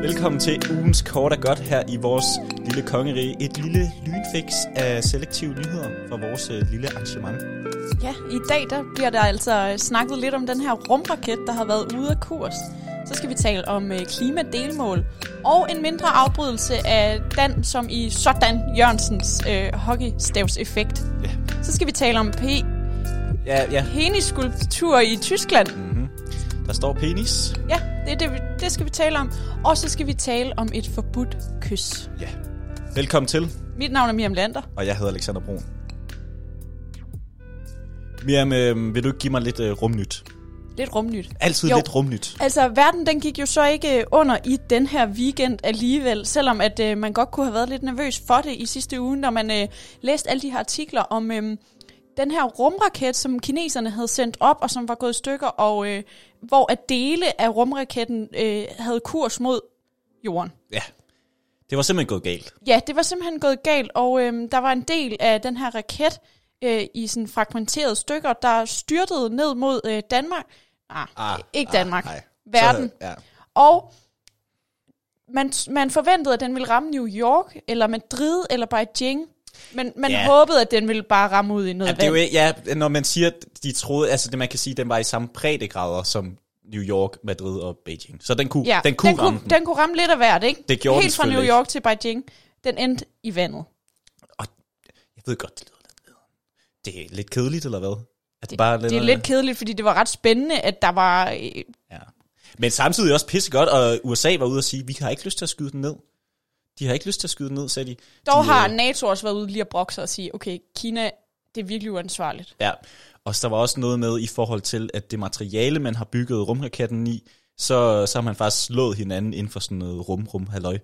Velkommen til ugens kort og godt her i vores lille kongerige. Et lille lynfix af selektive nyheder fra vores lille arrangement. Ja, i dag der bliver der altså snakket lidt om den her rumraket, der har været ude af kurs. Så skal vi tale om klimadelmål og en mindre afbrydelse af Dan som i sådan Jørgensens hockeystavseffekt. Ja. Så skal vi tale om penisskulptur i Tyskland. Mm-hmm. Der står penis. Ja, det skal vi tale om. Og så skal vi tale om et forbudt kys. Ja. Velkommen til. Mit navn er Miriam Lander. Og jeg hedder Alexander Brun. Miriam, vil du ikke give mig lidt rumnyt? Lidt rumnyt. Altid jo. Lidt rumnyt. Altså, verden den gik jo så ikke under i den her weekend alligevel, selvom at man godt kunne have været lidt nervøs for det i sidste uge, når man læste alle de her artikler om den her rumraket, som kineserne havde sendt op, og som var gået i stykker, og hvor at dele af rumraketten havde kurs mod jorden. Ja, det var simpelthen gået galt. Ja, det var simpelthen gået galt, og der var en del af den her raket i sådan fragmenterede stykker, der styrtede ned mod Danmark. Ikke Danmark. Verden. Så, ja. Og man forventede, at den ville ramme New York, eller Madrid, eller Beijing. Men man håbede, at den ville bare ramme ud i noget vand. Når man siger, de troede, altså det man kan sige, at den var i samme breddegrader som New York, Madrid og Beijing. Så den kunne ramme den. Den kunne ramme lidt af hvert, ikke? Det gjorde helt fra New York til Beijing. Den endte i vandet. Og jeg ved godt, det lyder lidt. Det er lidt kedeligt, eller hvad? Det er lidt kedeligt, fordi det var ret spændende, at der var... Ja. Men samtidig også pissegodt, og USA var ude og sige, vi har ikke lyst til at skyde den ned. De har ikke lyst til at skyde den ned, sagde de. Dog har NATO også været ude lige at brokke sig og sige, okay, Kina, det er virkelig uansvarligt. Ja, og så der var også noget med i forhold til, at det materiale, man har bygget rumraketten i, så har man faktisk slået hinanden inden for sådan noget rum-halløj,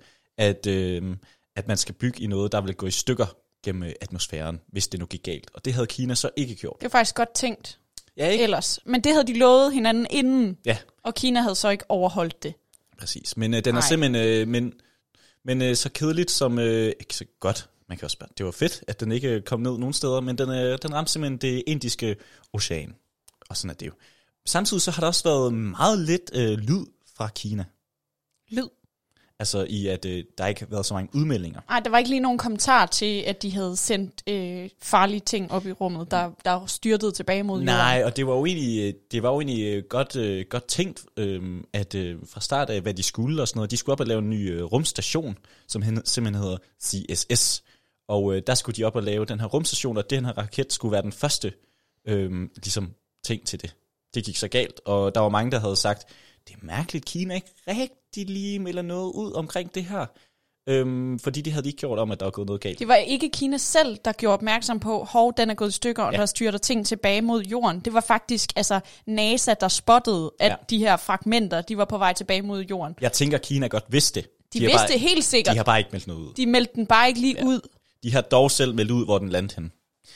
at man skal bygge i noget, der vil gå i stykker gennem atmosfæren, hvis det nu gik galt. Og det havde Kina så ikke gjort. Det var faktisk godt tænkt. Ja, ikke? Ellers. Men det havde de lovet hinanden inden, ja. Og Kina havde så ikke overholdt det. Præcis, men den er simpelthen... Men så kedeligt som... ikke så godt. Man kan også spørge. Det var fedt, at den ikke kom ned nogen steder, men den ramte simpelthen det indiske ocean. Og sådan er det jo. Samtidig så har der også været meget lidt lyd fra Kina. Lyd? Altså i, at der ikke har været så mange udmeldinger. Nej, der var ikke lige nogen kommentar til, at de havde sendt farlige ting op i rummet, der styrtede tilbage mod jorden. Nej, og det var jo egentlig godt tænkt, at fra start af, hvad de skulle og sådan noget. De skulle op og lave en ny rumstation, som simpelthen hedder CSS. Og der skulle de op og lave den her rumstation, og den her raket skulle være den første ligesom ting til det. Det gik så galt, og der var mange, der havde sagt, det er mærkeligt, Kina ikke rigtig lige melder noget ud omkring det her. Fordi de havde ikke gjort om, at der var gået noget galt. Det var ikke Kina selv, der gjorde opmærksom på, den er gået i stykker, og der styrter ting tilbage mod jorden. Det var faktisk NASA, der spottede, at de her fragmenter, de var på vej tilbage mod jorden. Jeg tænker, Kina godt vidste det. De vidste det helt sikkert. De har bare ikke meldt noget ud. De meldte den bare ikke lige ud. De har dog selv meldt ud, hvor den landede hen.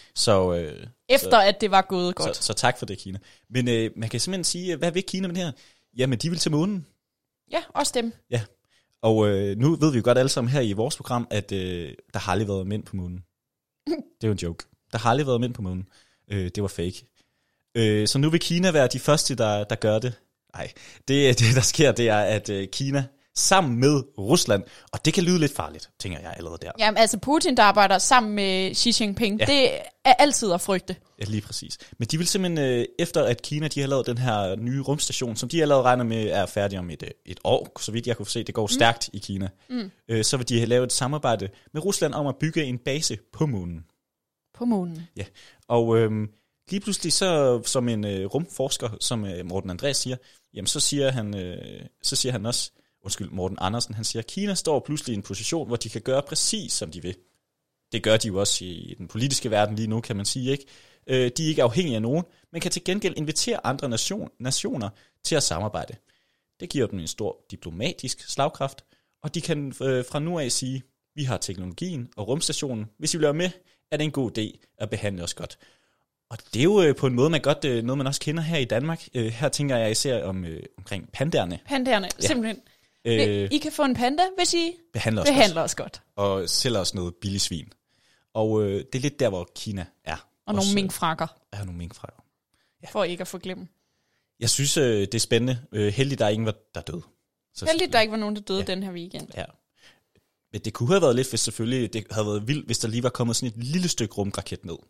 Efter at det var gået godt. Så tak for det, Kina. Men man kan simpelthen sige, hvad vil Kina med det her? Jamen, de vil til månen. Ja, også dem. Ja, og nu ved vi jo godt alle sammen her i vores program, at der har aldrig været mænd på månen. Det er jo en joke. Der har aldrig været mænd på månen. Det var fake. Så nu vil Kina være de første, der gør det. Nej, det der sker, det er, at Kina sammen med Rusland, og det kan lyde lidt farligt, tænker jeg allerede der. Jamen altså Putin, der arbejder sammen med Xi Jinping, det er altid at frygte. Ja, lige præcis. Men de vil simpelthen, efter at Kina, de har lavet den her nye rumstation, som de allerede regner med er færdig om et år, så vidt jeg kunne se, det går stærkt i Kina, så vil de have lavet et samarbejde med Rusland om at bygge en base på månen. På månen? Ja, og lige pludselig så, som en rumforsker, som Morten Andreas siger, jamen så siger han også, Morten Andersen, han siger, at Kina står pludselig i en position, hvor de kan gøre præcis, som de vil. Det gør de jo også i den politiske verden lige nu, kan man sige, ikke? De er ikke afhængige af nogen, men kan til gengæld invitere andre nationer til at samarbejde. Det giver dem en stor diplomatisk slagkraft, og de kan fra nu af sige, vi har teknologien og rumstationen. Hvis I vil være med, er det en god idé at behandle os godt. Og det er jo på en måde, noget man også kender her i Danmark. Her tænker jeg især omkring pandaerne. Pandaerne, simpelthen. I kan få en panda, hvis I behandler os godt. Og sælger os noget billig svin. Og det er lidt der, hvor Kina er. Og nogle minkfrakker. Ja, nogle minkfrakker. Ja. For ikke at få glemme. Jeg synes, det er spændende. Heldigt, der er ingen, der er død. Heldigt, der ikke var nogen, der døde den her weekend. Ja. Men det kunne have været lidt, hvis selvfølgelig, det havde været vildt, hvis der lige var kommet sådan et lille stykke rumraket ned.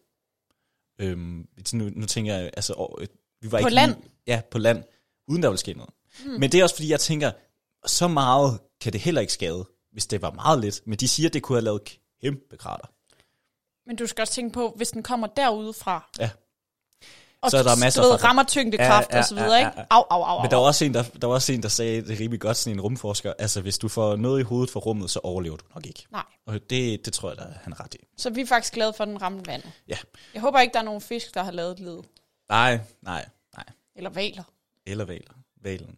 Nu tænker jeg, altså... Vi var på ikke land? Ja, på land, uden der ville ske noget. Men det er også fordi, jeg tænker, så meget kan det heller ikke skade, hvis det var meget lidt. Men de siger, at det kunne have lavet kæmpe krater. Men du skal også tænke på, hvis den kommer derudefra. Ja. Og så er der masser af rammer tyngdekraft og så videre, ikke? Au. Men der var også en, der sagde det rimelig godt, sådan en rumforsker. Altså, hvis du får noget i hovedet fra rummet, så overlever du nok ikke. Nej. Og det tror jeg, der han ret i. Så vi er faktisk glade for, at den ramte vandet. Ja. Jeg håber ikke, der er nogen fisk, der har lavet et led. Nej. Eller valer. Valen.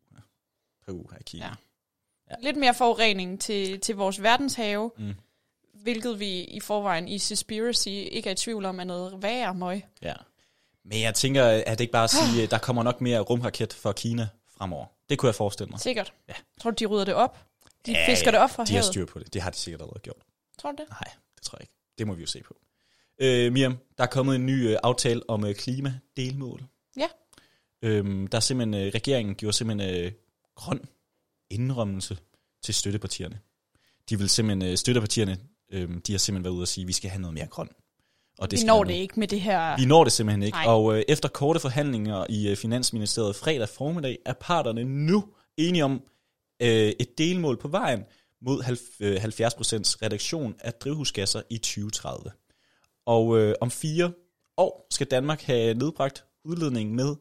Ja. Lidt mere forurening til vores verdenshave, hvilket vi i forvejen i Seaspiracy ikke er i tvivl om, er noget værre møg. Ja. Men jeg tænker, at det ikke bare at sige, at der kommer nok mere rumraket fra Kina fremover. Det kunne jeg forestille mig. Sikkert. Ja. Tror du, de rydder det op? De fisker det op fra havet? De har styr på det. Det har de sikkert allerede gjort. Tror du det? Nej, det tror jeg ikke. Det må vi jo se på. Miriam, der er kommet en ny aftale om klimadelmål. Ja. Der er simpelthen, regeringen gjorde simpelthen grøn indrømmelse til støttepartierne. De vil simpelthen, støttepartierne, de har simpelthen været ude og sige, at vi skal have noget mere grøn. Og det vi når det ikke med det her. Vi når det simpelthen ikke. Nej. Og efter korte forhandlinger i Finansministeriet fredag formiddag, er parterne nu enige om et delmål på vejen mod 70% reduktion af drivhusgasser i 2030. Og om 4 år skal Danmark have nedbragt udledningen med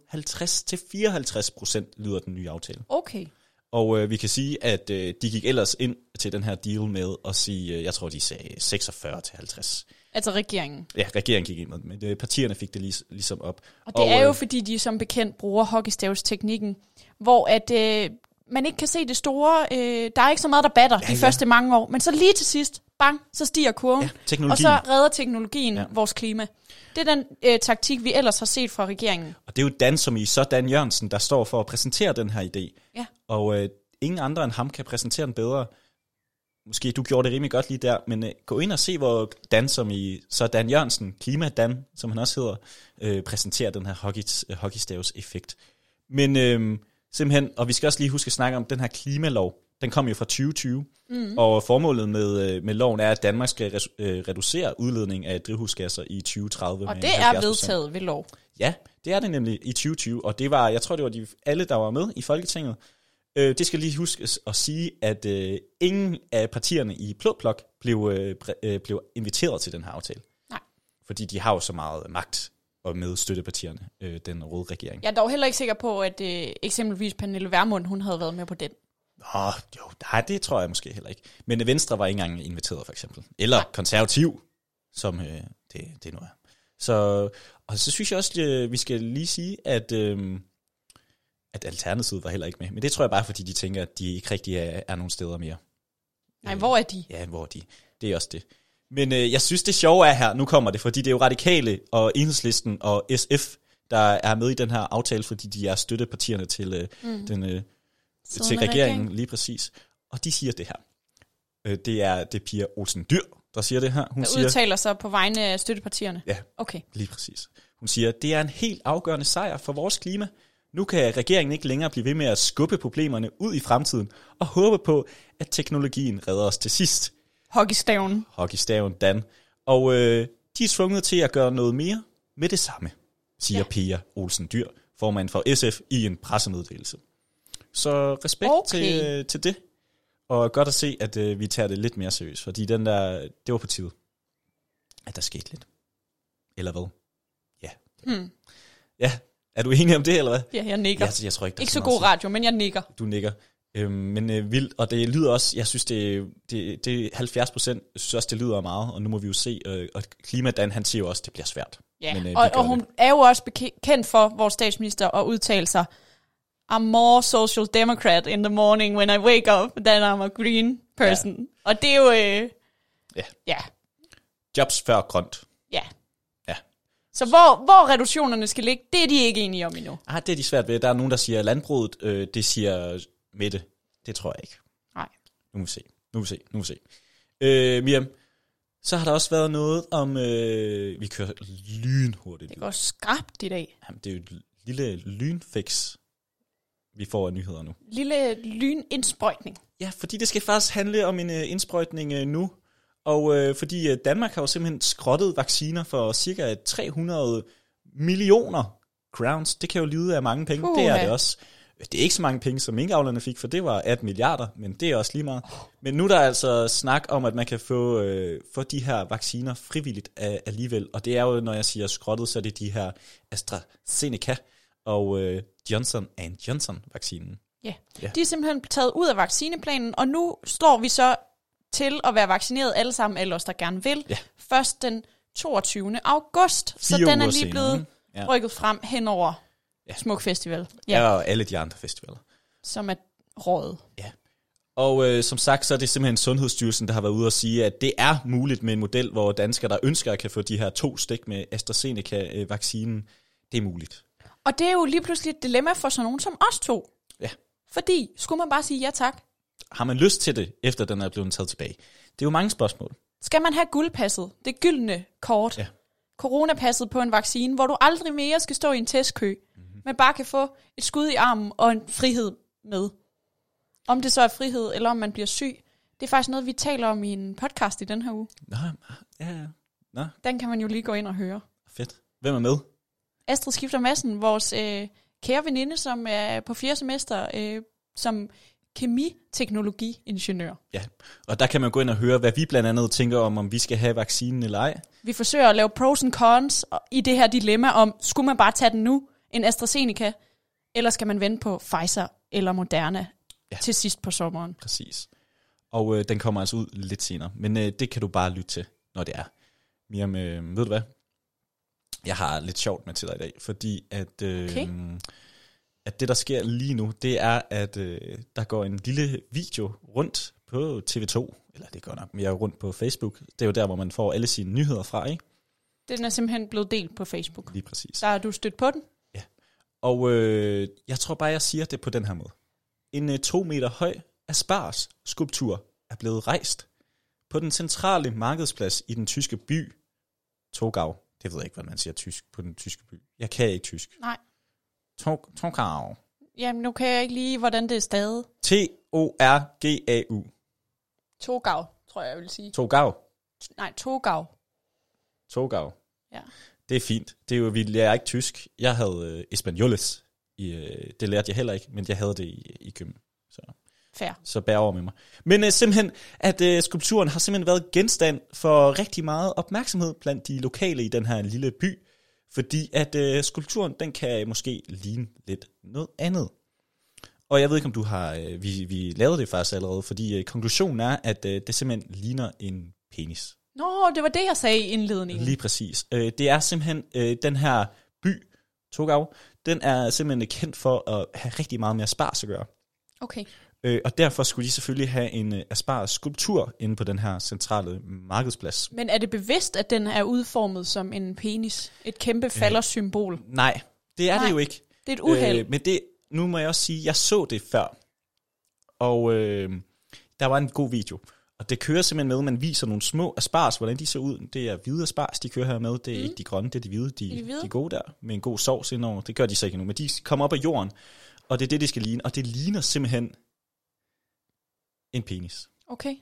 50-54%, lyder den nye aftale. Okay. Og vi kan sige, at de gik ellers ind til den her deal med at sige, jeg tror, de sagde 46-50. Altså regeringen? Ja, regeringen gik ind med det, men partierne fik det ligesom op. Og det er jo, fordi de som bekendt bruger hockeystavsteknikken, hvor at man ikke kan se det store. Der er ikke så meget, der batter de første mange år, men så lige til sidst, bang, så stiger kurven, og så redder teknologien vores klima. Det er den taktik, vi ellers har set fra regeringen. Og det er jo Dan, som i så Dan Jørgensen, der står for at præsentere den her idé. Ja. Og ingen andre end ham kan præsentere den bedre. Måske du gjorde det rimelig godt lige der, men gå ind og se, hvor Dan, som i så Dan Jørgensen, Klima Dan, som han også hedder, præsenterer den her hockeystavs-effekt. Men simpelthen, og vi skal også lige huske at snakke om den her klimalov. Den kom jo fra 2020, og formålet med loven er, at Danmark skal reducere udledning af drivhusgasser i 2030. Og det er vedtaget ved lov. Ja, det er det nemlig i 2020, og det var, jeg tror, det var alle, der var med i Folketinget. Det skal lige huskes at sige, at ingen af partierne i Blå Blok blev inviteret til den her aftale. Nej. Fordi de har jo så meget magt og med støttepartierne, den røde regering. Jeg er dog heller ikke sikker på, at eksempelvis Pernille Vermund, hun havde været med på den. Nej, det tror jeg måske heller ikke. Men Venstre var ikke engang inviteret, for eksempel. Eller konservativ, som det nu er. Og så synes jeg også, vi skal lige sige, at Alternativet var heller ikke med. Men det tror jeg bare, fordi de tænker, at de ikke rigtig er nogen steder mere. Nej, hvor er de? Ja, hvor er de? Det er også det. Men jeg synes, det sjove er her, nu kommer det, fordi det er jo Radikale og Enhedslisten og SF, der er med i den her aftale, fordi de er støttepartierne til til regeringen, lige præcis. Og de siger det her. Det er Pia Olsen Dyhr, der siger det her. Hun udtaler sig på vegne af støttepartierne? Ja, okay. Lige præcis. Hun siger, det er en helt afgørende sejr for vores klima. Nu kan regeringen ikke længere blive ved med at skubbe problemerne ud i fremtiden og håbe på, at teknologien redder os til sidst. Hockeystaven, Dan. Og de er tvunget til at gøre noget mere med det samme, siger Pia Olsen Dyhr, formand for SF, i en pressemeddelelse. Så respekt til det, og godt at se, at vi tager det lidt mere seriøst, fordi det var på tide, at der skete lidt. Eller hvad? Ja. Ja, er du enig om det, eller hvad? Ja, jeg nikker. Jeg tror ikke så god radio, men jeg nikker. Du nikker. Men vildt, og det lyder også, jeg synes, det er 70%, jeg synes også, det lyder meget, og nu må vi jo se, og Klimadan, han siger jo også, det bliver svært. Ja, men, og hun er jo også kendt for, vores statsminister, at udtale sig, I'm more social democrat in the morning when I wake up than I'm a green person. Ja. Og det er jo... ja. Jobs før grønt. Ja. Så hvor reduktionerne skal ligge, det er de ikke enige om endnu. Det er de svært ved. Der er nogen, der siger landbruget, det siger Mette. Det tror jeg ikke. Nej. Nu må vi se. Miriam, så har der også været noget om... vi kører lynhurtigt. Det går skarpt i dag. Jamen, det er jo et lille lynfix. vi får af nyheder nu. Lille lynindsprøjtning. Ja, fordi det skal faktisk handle om en indsprøjtning nu. Og fordi Danmark har jo simpelthen skrottet vacciner for cirka 300 millioner crowns. Det kan jo lyde af mange penge. Det er det også. Det er ikke så mange penge, som minkavlerne fik, for det var 18 milliarder, men det er også lige meget. Men nu er der altså snak om, at man kan få de her vacciner frivilligt alligevel. Og det er jo, når jeg siger skrottet, så er det de her AstraZeneca og Johnson & Johnson-vaccinen. Ja, de er simpelthen taget ud af vaccineplanen, og nu står vi så til at være vaccineret alle sammen, alle os, der gerne vil, først den 22. august. Så den er lige blevet rykket frem hen over Smuk Festival. Ja, og alle de andre festivaler. Som er rådet. Ja. Og som sagt, så er det simpelthen Sundhedsstyrelsen, der har været ude og sige, at det er muligt med en model, hvor danskere, der ønsker at kan få de her 2 stik med AstraZeneca-vaccinen. Det er muligt. Og det er jo lige pludselig et dilemma for sådan nogen som os 2. Ja. Fordi, skulle man bare sige ja tak? Har man lyst til det, efter den er blevet taget tilbage? Det er jo mange spørgsmål. Skal man have guldpasset, det gyldne kort, coronapasset på en vaccine, hvor du aldrig mere skal stå i en testkø, men bare kan få et skud i armen og en frihed med? Om det så er frihed, eller om man bliver syg, det er faktisk noget, vi taler om i en podcast i den her uge. Nå. Den kan man jo lige gå ind og høre. Fedt. Hvem er med? Astrid Skifter Madsen, vores kære veninde, som er på 4. semester som kemiteknologiingeniør. Ja, og der kan man gå ind og høre, hvad vi blandt andet tænker om vi skal have vaccinen eller ej. Vi forsøger at lave pros and cons i det her dilemma om, skulle man bare tage den nu, en AstraZeneca, eller skal man vente på Pfizer eller Moderna til sidst på sommeren? Præcis. Og den kommer altså ud lidt senere, men det kan du bare lytte til, når det er. Miriam, ved du hvad? Jeg har lidt sjovt med til dig i dag, fordi at det, der sker lige nu, det er, at der går en lille video rundt på TV2, eller det går nok mere rundt på Facebook. Det er jo der, hvor man får alle sine nyheder fra, ikke? Den er simpelthen blevet delt på Facebook. Lige præcis. Der er du stødt på den? Ja. Og jeg tror bare, jeg siger det på den her måde. En 2 meter høj Asparges-skulptur er blevet rejst på den centrale markedsplads i den tyske by Torgau. Det ved jeg ikke, hvordan man siger tysk på den tyske by. Jeg kan ikke tysk. Nej. Torgau. Jamen, nu kan jeg ikke lige, hvordan det er stadig. Torgau. Torgau, tror jeg vil sige. Torgau. Nej, Torgau. Torgau. Ja. Det er fint. Det er jo, vi lærer ikke tysk. Jeg havde Españoles. Det lærte jeg heller ikke, men jeg havde det i gym. Fair. Så bær over med mig. Men simpelthen, at skulpturen har simpelthen været genstand for rigtig meget opmærksomhed blandt de lokale i den her lille by. Fordi at skulpturen, den kan måske ligne lidt noget andet. Og jeg ved ikke, om du har... Vi lavede det faktisk allerede, fordi konklusionen er, at det simpelthen ligner en penis. Nå, det var det, jeg sagde i indledningen. Lige præcis. Det er simpelthen den her by, Torgau, den er simpelthen kendt for at have rigtig meget med Asparges at gøre. Okay. Og derfor skulle de selvfølgelig have en Asparges-skulptur inde på den her centrale markedsplads. Men er det bevidst, at den er udformet som en penis? Et kæmpe fallersymbol? Nej, det er det jo ikke. Det er et uheld. Men nu må jeg også sige, jeg så det før. Og der var en god video. Og det kører simpelthen med, man viser nogle små asparges, hvordan de ser ud. Det er hvide asparges, de kører her med. Det er ikke de grønne, det er de hvide. De er gode der, med en god sovs indover. Det gør de så ikke nu, men de kommer op af jorden. Og det er det, de skal ligne. Og det ligner simpelthen en penis. Okay.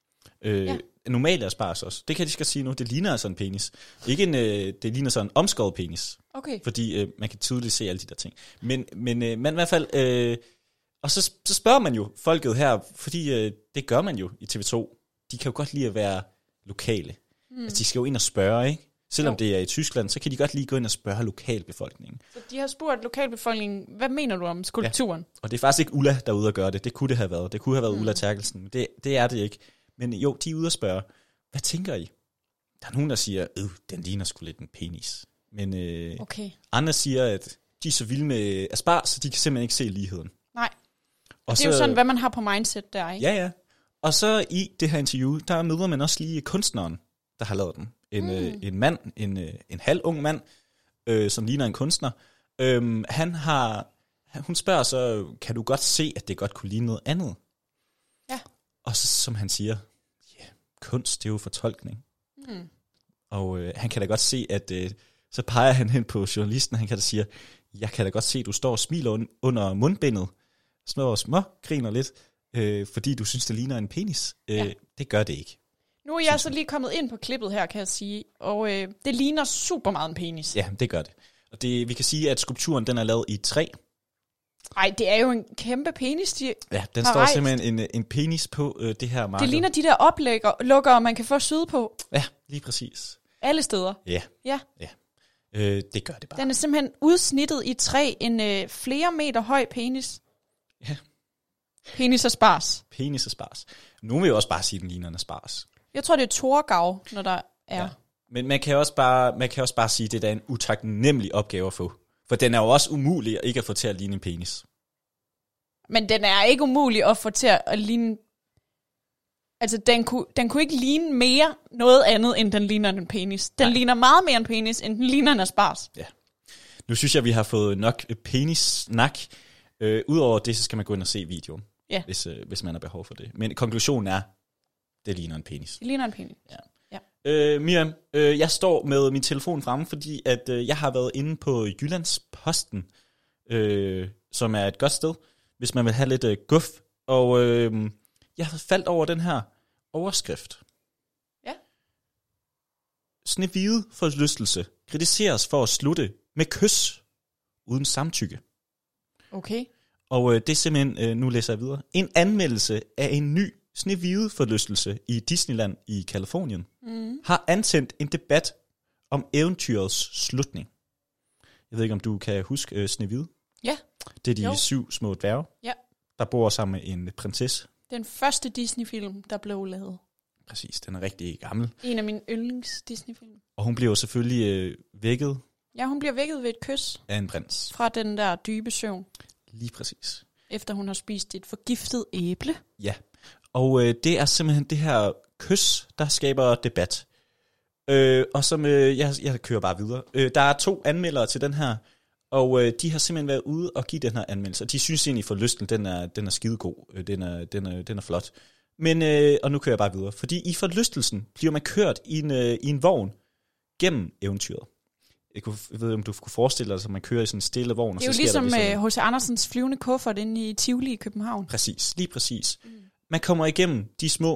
Normale asparges også. Det kan de skal sige nu. Det ligner altså en penis. Ikke det ligner sådan en omskåret penis. Okay. Fordi man kan tydeligt se alle de der ting. Men i hvert fald... og så spørger man jo folket her, fordi det gør man jo i TV2. De kan jo godt lide at være lokale. Altså, de skal jo ind og spørge, ikke? Selvom det er i Tyskland, så kan de godt lige gå ind og spørge lokalbefolkningen. Så de har spurgt lokalbefolkningen, hvad mener du om skulpturen? Ja. Og det er faktisk ikke Ulla, der er ude at gøre det. Det kunne det have været. Det kunne have været Ulla Terkelsen. Men det er det ikke. Men jo, de er ude at spørge, hvad tænker I? Der er nogen, der siger, den ligner sgu lidt en penis. Men andre siger, at de er så vilde med asparges, så de kan simpelthen ikke se ligheden. Nej. Og det er jo sådan, hvad man har på mindset der, ikke? Ja. Og så i det her interview, der møder man også lige kunstneren, der har lavet den. En mand, en halv ung mand, som ligner en kunstner. Hun spørger så, kan du godt se, at det godt kunne ligne noget andet? Ja. Og så, som han siger, kunst, det er jo fortolkning. Og han kan da godt se, at så peger han hen på journalisten, han kan da sige, jeg kan da godt se, at du står og smiler under mundbindet. små griner lidt, fordi du synes, det ligner en penis. Det gør det ikke. Nu er jeg så lige kommet ind på klippet her, kan jeg sige, og det ligner super meget en penis. Ja, det gør det. Og vi kan sige, at skulpturen den er lavet i træ. Ej, det er jo en kæmpe penis, Ja, den står simpelthen en penis på det her marked. Det ligner de der oplukkere, man kan få syd på. Ja, lige præcis. Alle steder. Ja. Det gør det bare. Den er simpelthen udsnittet i træ, en flere meter høj penis. Ja. Penis er spars. Penis er spars. Nu vil jeg også bare sige, at den ligner en spars. Jeg tror, det er Torgau, når der er. Ja. Men man kan også bare sige, at det er en utaknemmelig opgave at få. For den er jo også umulig at ikke at få til at ligne en penis. Men den er ikke umulig at få til at ligne... Altså, den kunne ikke ligne mere noget andet, end den ligner en penis. Den ligner meget mere en penis, end den ligner en asparges. Ja. Nu synes jeg, vi har fået nok penis-snak. Udover det, så skal man gå ind og se videoen, hvis man har behov for det. Men konklusionen er, det ligner en penis. Det ligner en penis. Ja. Miriam, jeg står med min telefon fremme, fordi at jeg har været inde på Jyllands-Posten, som er et godt sted, hvis man vil have lidt guf. Og jeg har faldt over den her overskrift. Ja. Snehvide forlystelse kritiseres for at slutte med kys uden samtykke. Okay. Og det er simpelthen, nu læser jeg videre, en anmeldelse af en ny Snehvide forlystelse i Disneyland i Californien har antændt en debat om eventyrets slutning. Jeg ved ikke, om du kan huske Snehvide? Ja. Det er de 7 små dværge, der bor sammen med en prinsesse. Den første Disney-film, der blev lavet. Præcis, den er rigtig gammel. En af mine yndlings Disney-film. Og hun bliver selvfølgelig vækket. Ja, hun bliver vækket ved et kys. Af en prins. Fra den der dybe søvn. Lige præcis. Efter hun har spist et forgiftet æble. Ja, og det er simpelthen det her kys, der skaber debat. Og som jeg kører bare videre. Der er 2 anmeldere til den her, og de har simpelthen været ude og give den her anmeldelse. De synes egentlig, forlysten, den er skidegod. Den er flot. Men, og nu kører jeg bare videre. Fordi i forlystelsen bliver man kørt i en vogn gennem eventyret. Jeg ved ikke, om du kunne forestille dig, at man kører i sådan en stille vogn. Det er jo ligesom H.C. Andersens flyvende kuffert inde i Tivoli i København. Præcis, lige præcis. Man kommer igennem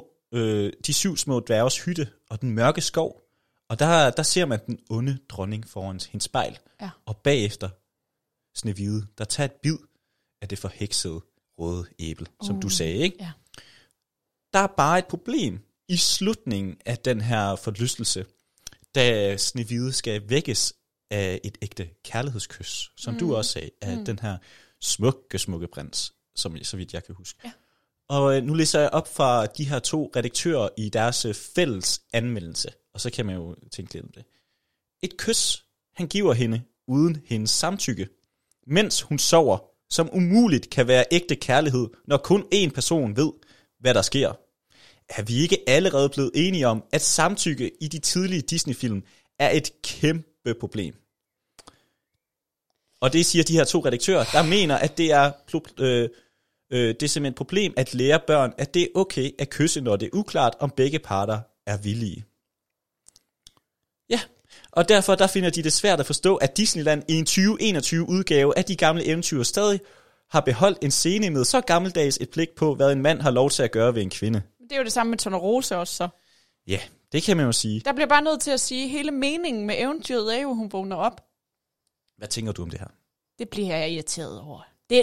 de 7 små dværges hytte og den mørke skov. Og der ser man den onde dronning foran hendes spejl. Ja. Og bagefter Snehvide, der tager et bid af det forheksede røde æble, som du sagde, ikke? Ja. Der er bare et problem i slutningen af den her forlystelse, da Snehvide skal vækkes af et ægte kærlighedskys, som du også sagde, af den her smukke prins, som så vidt jeg kan huske. Ja. Og nu læser jeg op fra de her 2 redaktører i deres fælles anmeldelse, og så kan man jo tænke lidt om det. Et kys, han giver hende uden hendes samtykke, mens hun sover, som umuligt kan være ægte kærlighed, når kun én person ved, hvad der sker. Er vi ikke allerede blevet enige om, at samtykke i de tidlige Disney-film er et kæmpe problem? Og det siger de her 2 redaktører, der mener, at det er simpelthen et problem at lære børn, at det er okay at kysse, når det er uklart, om begge parter er villige. Ja, og derfor der finder de det svært at forstå, at Disneyland i en 2021 udgave af de gamle eventyr stadig har beholdt en scene med så gammeldags et blik på, hvad en mand har lov til at gøre ved en kvinde. Det er jo det samme med Tornerose også så. Ja, det kan man jo sige. Der bliver bare nødt til at sige, at hele meningen med eventyret er jo, at hun vågner op. Hvad tænker du om det her? Det bliver jeg irriteret over.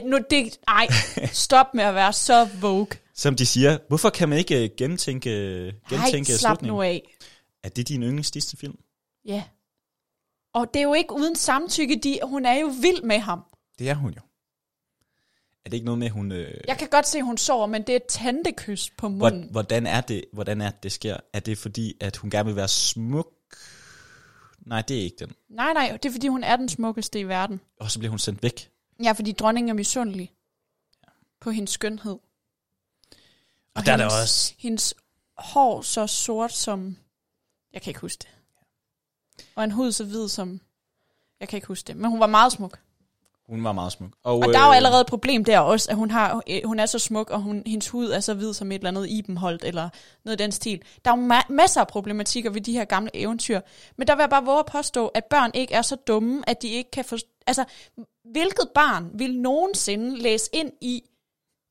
Stop med at være så vogue. Som de siger, hvorfor kan man ikke gentænke slap nu af. Er det din yndlings Disney-film? Ja. Og det er jo ikke uden samtykke, hun er jo vild med ham. Det er hun jo. Er det ikke noget med, hun... Jeg kan godt se, at hun sover, men det er et tantekys på munden. Hvordan er det sker? Er det fordi, at hun gerne vil være smuk? Nej, det er ikke den. Nej, det er fordi, hun er den smukkeste i verden. Og så bliver hun sendt væk. Ja, fordi dronningen er misundelig på hendes skønhed. Og der er der også... Hendes hår så sort som... Jeg kan ikke huske det. Og en hud så hvid som... Jeg kan ikke huske det. Men hun var meget smuk. Hun var meget smuk. Og der er jo allerede et problem der også, at hun er så smuk, og hendes hud er så hvid som et eller andet Ibenholt, eller noget af den stil. Der er jo masser af problematikker ved de her gamle eventyr. Men der vil jeg bare våge at påstå, at børn ikke er så dumme, at de ikke kan forstå... Altså, hvilket barn vil nogensinde læse ind i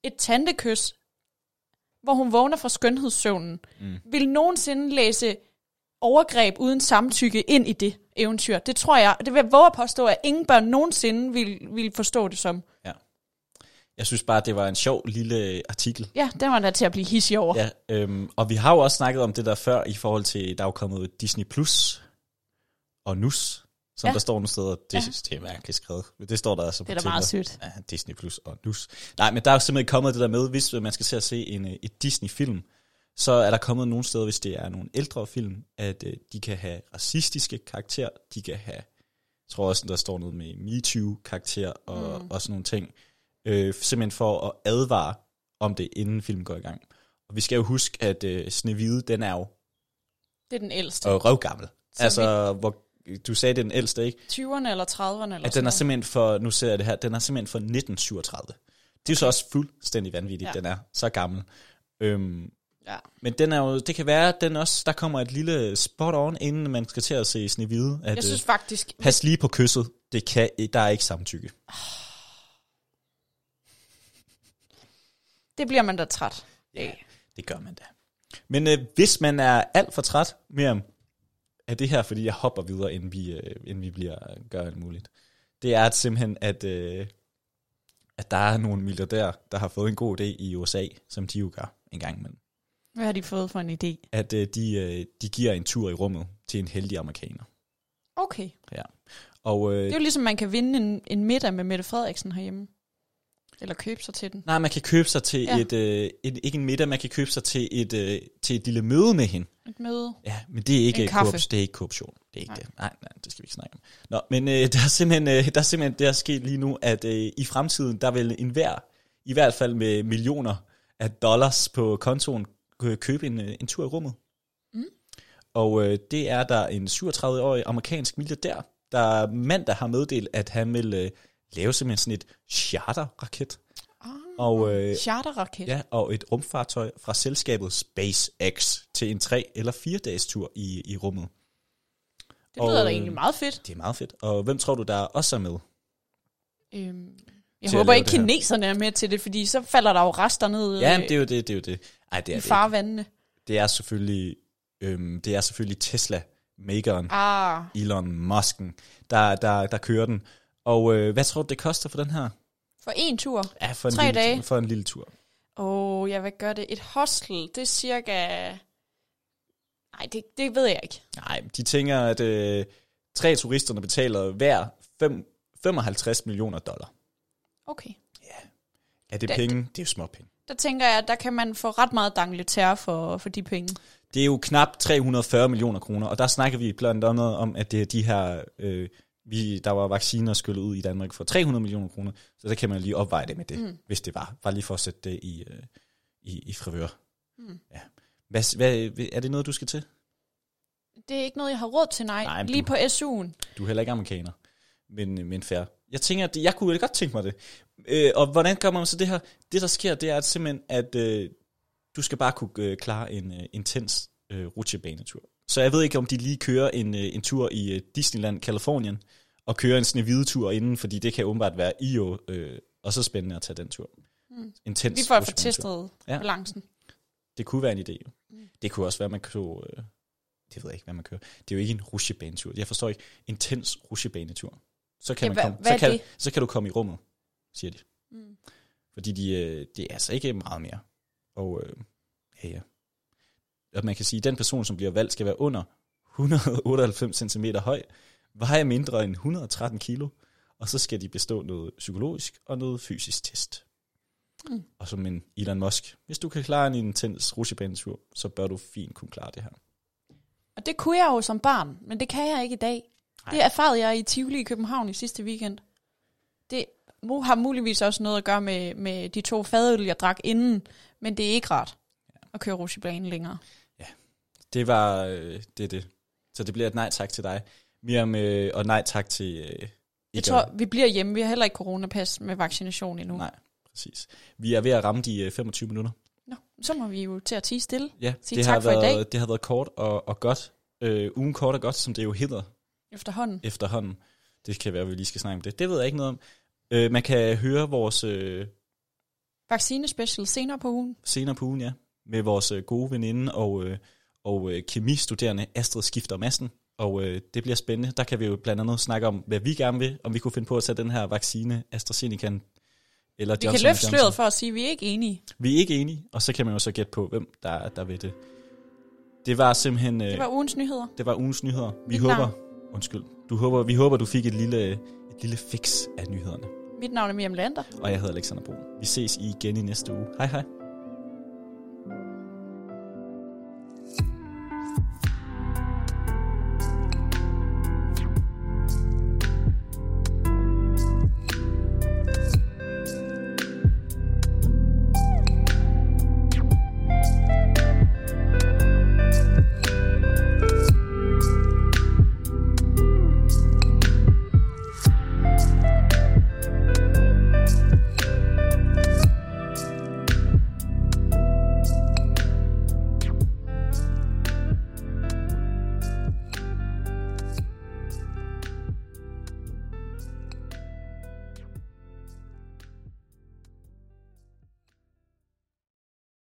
et tantekys, hvor hun vågner fra skønhedssøvnen, vil nogensinde læse overgreb uden samtykke ind i det eventyr. Det tror jeg, det vil jeg våge at påstå, at ingen børn nogensinde vil forstå det som. Ja. Jeg synes bare, det var en sjov lille artikel. Ja, den var der til at blive hissig over. Ja, og vi har jo også snakket om det der før, i forhold til, der er jo kommet Disney Plus og Nus, som der står nogle steder. Det er mærkeligt skrevet. Det står der altså på. Det er da meget sødt. Ja, Disney Plus og Nus. Nej, men der er jo simpelthen kommet det der med, hvis man skal se et Disney-film, så er der kommet nogle steder, hvis det er nogle ældre film, at de kan have racistiske karakterer, de kan have, jeg tror også, der står noget med MeToo-karakter og sådan nogle ting, simpelthen for at advare om det, inden filmen går i gang. Og vi skal jo huske, at Snehvide, den er jo... Det er den ældste. Og røvgammel. Altså, hvor du sagde, det er den ældste, ikke? 20'erne eller 30'erne eller at den er simpelthen for, nu ser jeg det her, den er simpelthen for 1937. Det er jo så også fuldstændig vanvittigt, den er så gammel. Ja. Men den er jo, det kan være, at den også, der kommer et lille spot on, inden man skal til at se Snehvide. At, jeg synes faktisk... Pas lige på kysset. Der er ikke samtykke. Det bliver man da træt. Ja, det gør man da. Men hvis man er alt for træt, Miriam, af det her, fordi jeg hopper videre, inden vi gør alt muligt. Det er simpelthen, at der er nogle milliardærer, der har fået en god idé i USA, som de jo gør en gang imellem. Hvad har de fået for en idé? At de giver en tur i rummet til en heldig amerikaner. Okay. Ja. Og, det er jo ligesom, man kan vinde en middag med Mette Frederiksen herhjemme. Eller købe sig til den. Nej, man kan købe sig til ikke en middag, man kan købe sig til et lille møde med hende. Et møde? Ja, men det er ikke korruption. Det er ikke det. Nej, det skal vi ikke snakke om. Nå, men der er simpelthen det er sket lige nu, at i fremtiden, der vil enhver, i hvert fald med millioner af dollars på kontoen, købe en tur i rummet. Og det er der en 37-årig amerikansk milliardær, der mandag har meddelt, at han vil lave simpelthen sådan et charterraket. Charterraket? Ja, og et rumfartøj fra selskabet SpaceX til en 3 eller 4 dages tur i rummet. Det lyder da egentlig meget fedt. Det er meget fedt. Og hvem tror du, der også er med? Jeg håber ikke, kineserne er med til det, fordi så falder der jo rester ned. Ja, det er jo det. Ej, det er i farvandene. Det er selvfølgelig Tesla-makeren, Elon Musken, der kører den. Og hvad tror du, det koster for den her? For en tur? Ja, for 3 dage? For en lille tur. Jeg vil gøre det. Et hostel, det er cirka... Nej, det ved jeg ikke. Nej, de tænker, at 3 turisterne betaler hver $55 millioner. Okay. Ja. Er det penge? Det er jo små penge. Der tænker jeg, at der kan man få ret meget d'Angleterre for de penge. Det er jo knap 340 millioner kroner, og der snakker vi blandt andet om, at det er de her... der var vacciner skyllet ud i Danmark for 300 millioner kroner, så der kan man lige opveje det med det, hvis det var. Bare lige for at sætte det i frivør. Ja. Er det noget, du skal til? Det er ikke noget, jeg har råd til, nej lige på SU'en. Du er heller ikke amerikaner, men fair. Jeg tænker, at jeg kunne godt tænke mig det. Og hvordan gør man så det her? Det, der sker, det er at simpelthen, at du skal bare kunne klare en intens rutsjebanetur. Så jeg ved ikke, om de lige kører en tur i Disneyland, Californien, og kører en Snehvide-tur inden, fordi det kan åbenbart være og så spændende at tage den tur. Intens. Vi får få testet balancen. Det kunne være en idé. Det kunne også være, man kunne... det ved jeg ikke, hvad man kører. Det er jo ikke en rutsjebanetur. Jeg forstår ikke. Intens rutsjebanetur. Så kan, så kan du komme i rummet, siger de. Fordi det er altså ikke meget mere. Og at man kan sige, at den person, som bliver valgt, skal være under 198 cm høj, vejer mindre end 113 kilo, og så skal de bestå noget psykologisk og noget fysisk test. Og som en Elon Musk, hvis du kan klare en intens rutsjebanetur, så bør du fint kunne klare det her. Og det kunne jeg jo som barn, men det kan jeg ikke i dag. Nej. Det erfarede jeg i Tivoli i København i sidste weekend. Det har muligvis også noget at gøre med de 2 fadøl, jeg drak inden, men det er ikke rart at køre rutsjebane længere. Ja, det var det. Så det bliver et nej tak til dig, Miriam, og nej tak til... Jeg tror, vi bliver hjemme. Vi har heller ikke coronapas med vaccination endnu. Nej, præcis. Vi er ved at ramme de 25 minutter. Nå, så må vi jo til at tie stille. Ja, sige tak for i dag. Det har været kort og godt. Ugen kort og godt, som det jo hedder. Efterhånden. Det kan være, at vi lige skal snakke om det. Det ved jeg ikke noget om. Man kan høre vores vaccinespecial senere på ugen. Senere på ugen, ja. Med vores gode veninde og kemistuderende Astrid Skifter Madsen. Og det bliver spændende. Der kan vi jo blandt andet snakke om, hvad vi gerne vil. Om vi kunne finde på at tage den her vaccine, AstraZeneca eller Johnson. Vi kan løfte sløret for at sige, at vi er ikke enige. Vi er ikke enige, og så kan man jo så gætte på, hvem der vil det. Det var simpelthen... det var ugens nyheder. Det var ugens nyheder. Vi håber, du fik et lille fix af nyhederne. Mit navn er Miriam Lander. Og jeg hedder Alexander Brun. Vi ses igen i næste uge. Hej hej.